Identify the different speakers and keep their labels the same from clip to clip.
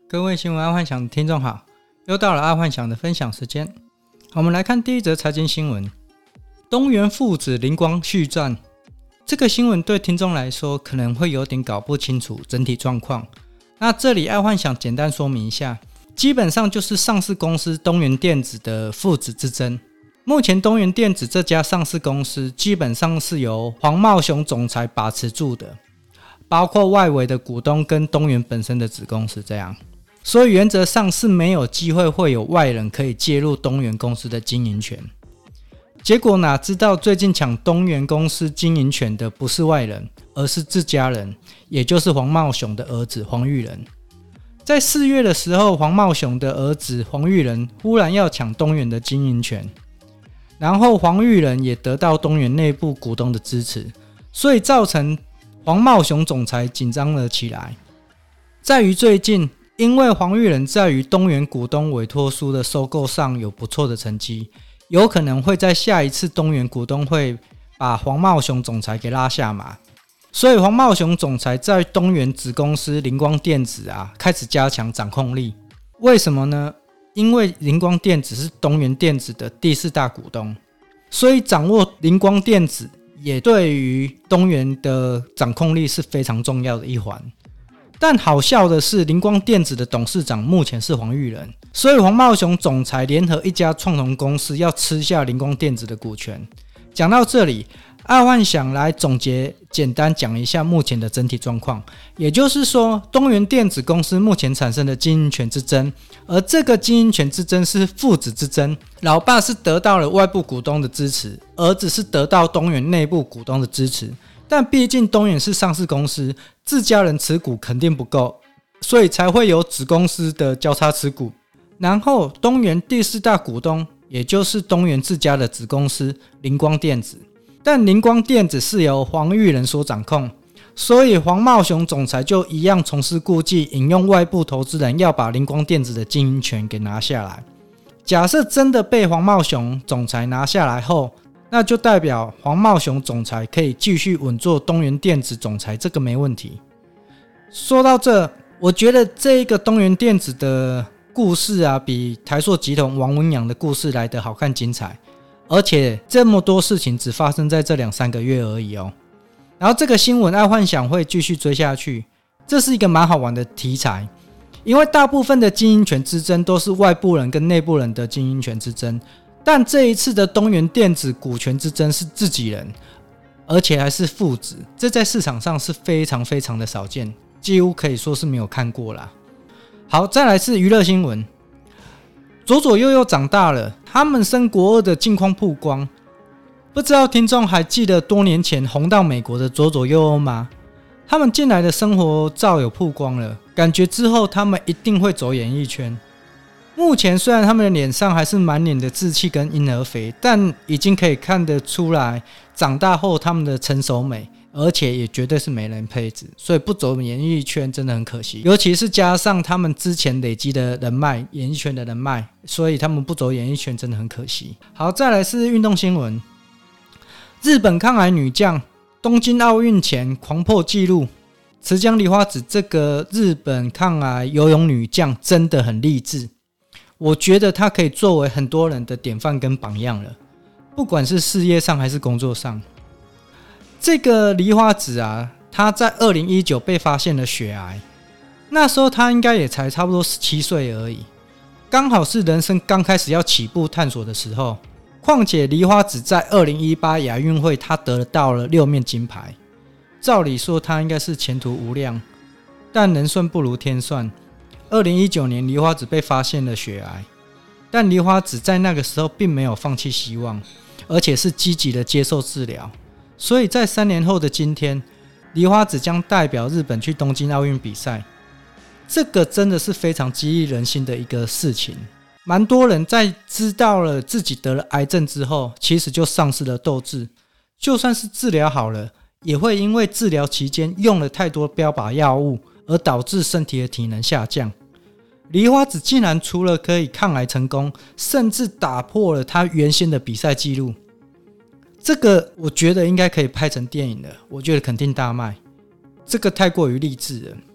Speaker 1: 各位新闻爱幻想的听众好，又到了爱幻想的分享时间。我们来看第一则财经新闻：东元父子灵光续战。这个新闻对听众来说可能会有点搞不清楚整体状况，那这里爱幻想简单说明一下，基本上就是上市公司东元电子的父子之争。目前东元电子这家上市公司基本上是由黄茂雄总裁把持住的，包括外围的股东跟东元本身的子公司这样，所以原则上是没有机会会有外人可以介入东元公司的经营权。结果哪知道最近抢东元公司经营权的不是外人，而是自家人，也就是黄茂雄的儿子黄玉仁。在4月的时候，黄茂雄的儿子黄玉仁忽然要抢东元的经营权，然后黄玉仁也得到东元内部股东的支持，所以造成黄茂雄总裁紧张了起来。在于最近，因为黄玉仁在于东元股东委托书的收购上有不错的成绩，有可能会在下一次东元股东会把黄茂雄总裁给拉下马，所以黄茂雄总裁在东元子公司灵光电子开始加强掌控力。为什么呢？因为灵光电子是东元电子的第4大股东，所以掌握灵光电子也对于东元的掌控力是非常重要的一环。但好笑的是，灵光电子的董事长目前是黄玉仁，所以黄茂雄总裁联合一家创投公司要吃下灵光电子的股权。讲到这里，爱幻想来总结，简单讲一下目前的整体状况，也就是说，东元电子公司目前产生的经营权之争，而这个经营权之争是父子之争，老爸是得到了外部股东的支持，儿子是得到东元内部股东的支持。但毕竟东元是上市公司，自家人持股肯定不够，所以才会有子公司的交叉持股。然后东元第4大股东，也就是东元自家的子公司灵光电子，但灵光电子是由黄玉仁所掌控，所以黄茂雄总裁就一样重施故技，引用外部投资人要把灵光电子的经营权给拿下来。假设真的被黄茂雄总裁拿下来后，那就代表黄茂雄总裁可以继续稳坐东元电子总裁，这个没问题。说到这，我觉得这一个东元电子的故事比台塑集团王文洋的故事来得好看精彩，而且这么多事情只发生在这2-3个月而已哦。然后这个新闻爱幻想会继续追下去，这是一个蛮好玩的题材，因为大部分的经营权之争都是外部人跟内部人的经营权之争，但这一次的东元电子股权之争是自己人，而且还是父子，这在市场上是非常非常的少见，几乎可以说是没有看过啦。好，再来是娱乐新闻，左左右右长大了，他们升国2的近况曝光。不知道听众还记得多年前红到美国的左左右右吗？他们近来的生活照有曝光了，感觉之后他们一定会走演艺圈。目前虽然他们的脸上还是满脸的稚气跟婴儿肥，但已经可以看得出来长大后他们的成熟美，而且也绝对是美人胚子，所以不走演艺圈真的很可惜，尤其是加上他们之前累积的人脉，演艺圈的人脉，所以他们不走演艺圈真的很可惜。好，再来是运动新闻，日本抗癌女将东京奥运前狂破纪录，池江梨花子这个日本抗癌游泳女将真的很励志，我觉得她可以作为很多人的典范跟榜样了，不管是事业上还是工作上。这个梨花子她在2019被发现了血癌，那时候她应该也才差不多17岁而已，刚好是人生刚开始要起步探索的时候。况且梨花子在2018亚运会她得到了6面金牌，照理说她应该是前途无量，但人算不如天算。2019年梨花子被发现了血癌，但梨花子在那个时候并没有放弃希望，而且是积极的接受治疗，所以在3年后的今天，梨花子将代表日本去东京奥运比赛，这个真的是非常激励人心的一个事情。蛮多人在知道了自己得了癌症之后，其实就丧失了斗志，就算是治疗好了，也会因为治疗期间用了太多标靶药物，而导致身体的体能下降。梨花子竟然除了可以抗癌成功，甚至打破了他原先的比赛纪录，这个我觉得应该可以拍成电影了，我觉得肯定大卖，这个太过于励志了。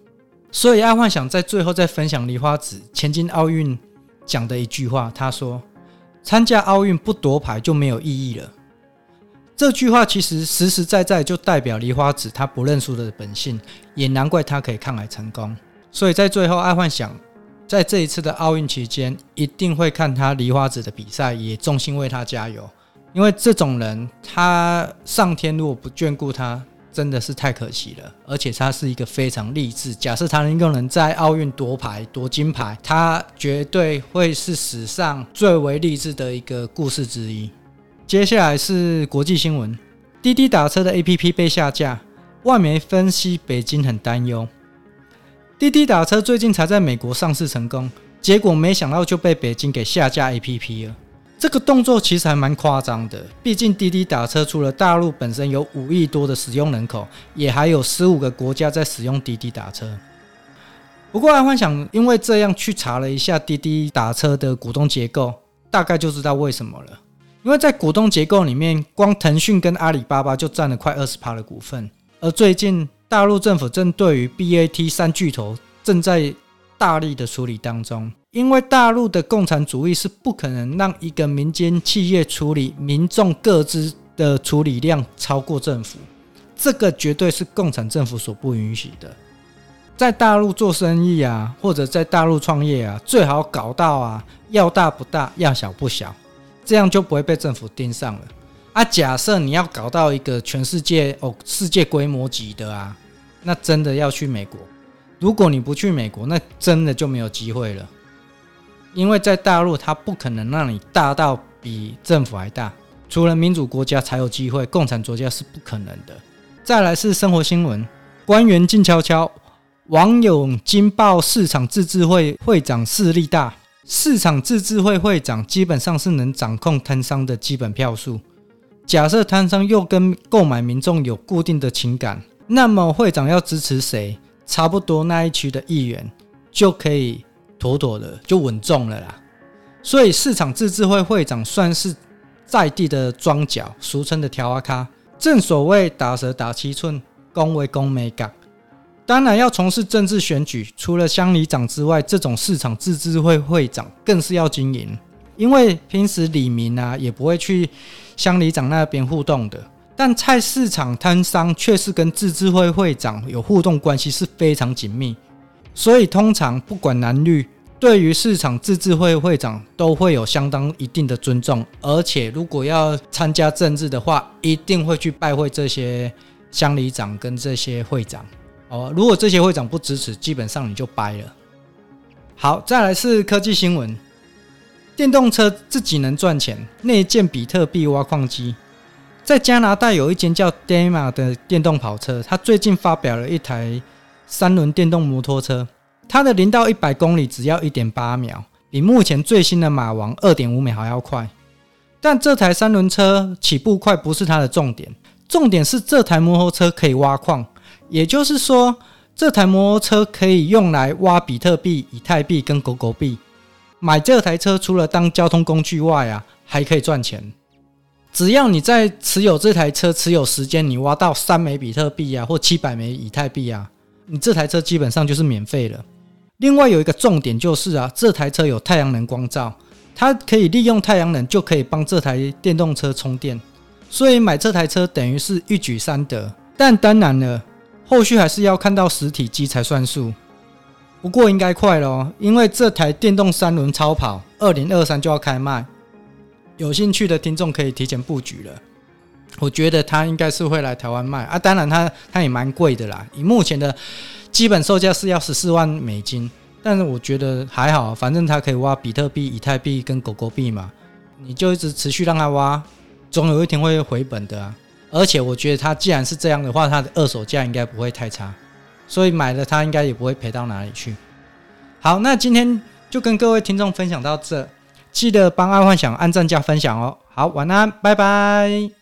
Speaker 1: 所以爱幻想在最后在分享梨花子前进奥运讲的一句话，他说参加奥运不夺牌就没有意义了。这句话其实实实在在就代表梨花子她不认输的本性，也难怪她可以抗癌成功。所以在最后爱幻想在这一次的奥运期间一定会看她梨花子的比赛，也衷心为她加油。因为这种人他上天如果不眷顾他真的是太可惜了，而且他是一个非常励志，假设他能在奥运夺牌夺金牌，他绝对会是史上最为励志的一个故事之一。接下来是国际新闻，滴滴打车的 APP 被下架，外媒分析北京很担忧。滴滴打车最近才在美国上市成功，结果没想到就被北京给下架 APP 了。这个动作其实还蛮夸张的，毕竟滴滴打车除了大陆本身有5亿多的使用人口，也还有15个国家在使用滴滴打车。不过爱幻想因为这样去查了一下滴滴打车的股东结构，大概就知道为什么了。因为在股东结构里面，光腾讯跟阿里巴巴就占了快 20% 的股份，而最近大陆政府正对于 BAT 3巨头正在大力的处理当中。因为大陆的共产主义是不可能让一个民间企业处理民众个资的处理量超过政府，这个绝对是共产政府所不允许的。在大陆做生意啊，或者在大陆创业啊，最好搞到啊，要大不大，要小不小，这样就不会被政府盯上了啊。假设你要搞到一个全世界世界规模级的啊，那真的要去美国。如果你不去美国，那真的就没有机会了。因为在大陆它不可能让你大到比政府还大，除了民主国家才有机会，共产国家是不可能的。再来是生活新闻，官员静悄悄，网友惊爆市场自治会会长势力大。市场自治会会长基本上是能掌控摊商的基本票数，假设摊商又跟购买民众有固定的情感，那么会长要支持谁，差不多那一区的议员就可以妥妥的就稳重了啦。所以市场自治会会长算是在地的庄脚，俗称的条阿卡。正所谓打蛇打7寸，公为公没角。当然要从事政治选举，除了乡里长之外，这种市场自治会会长更是要经营，因为平时里民啊也不会去乡里长那边互动的，但菜市场摊商却是跟自治会会长有互动关系，是非常紧密。所以通常不管蓝绿，对于市场自治会会长都会有相当一定的尊重，而且如果要参加政治的话，一定会去拜会这些乡里长跟这些会长。如果这些会长不支持，基本上你就掰了。好，再来是科技新闻，电动车自己能赚钱，内建比特币挖矿机。在加拿大有一间叫 Dema 的电动跑车，它最近发表了一台3轮电动摩托车，它的0到100公里只要 1.8 秒，比目前最新的马王 2.5 秒还要快。但这台3轮车起步快不是它的重点，重点是这台摩托车可以挖矿，也就是说这台摩托车可以用来挖比特币、以太币跟狗狗币。买这台车除了当交通工具外啊，还可以赚钱。只要你在持有这台车持有时间，你挖到3枚比特币啊，或700枚以太币啊，你这台车基本上就是免费了。另外有一个重点就是啊，这台车有太阳能光照，它可以利用太阳能就可以帮这台电动车充电，所以买这台车等于是一举3得。但当然了，后续还是要看到实体机才算数。不过应该快了因为这台电动3轮超跑2023就要开卖，有兴趣的听众可以提前布局了。我觉得它应该是会来台湾卖啊，当然它也蛮贵的啦，以目前的基本售价是要14万美金，但是我觉得还好，反正它可以挖比特币、以太币跟狗狗币嘛，你就一直持续让它挖，总有一天会回本的啊。而且我觉得它既然是这样的话，它的二手价应该不会太差，所以买了它应该也不会赔到哪里去。好，那今天就跟各位听众分享到这，记得帮爱幻想按赞加分享哦。好，晚安，拜拜。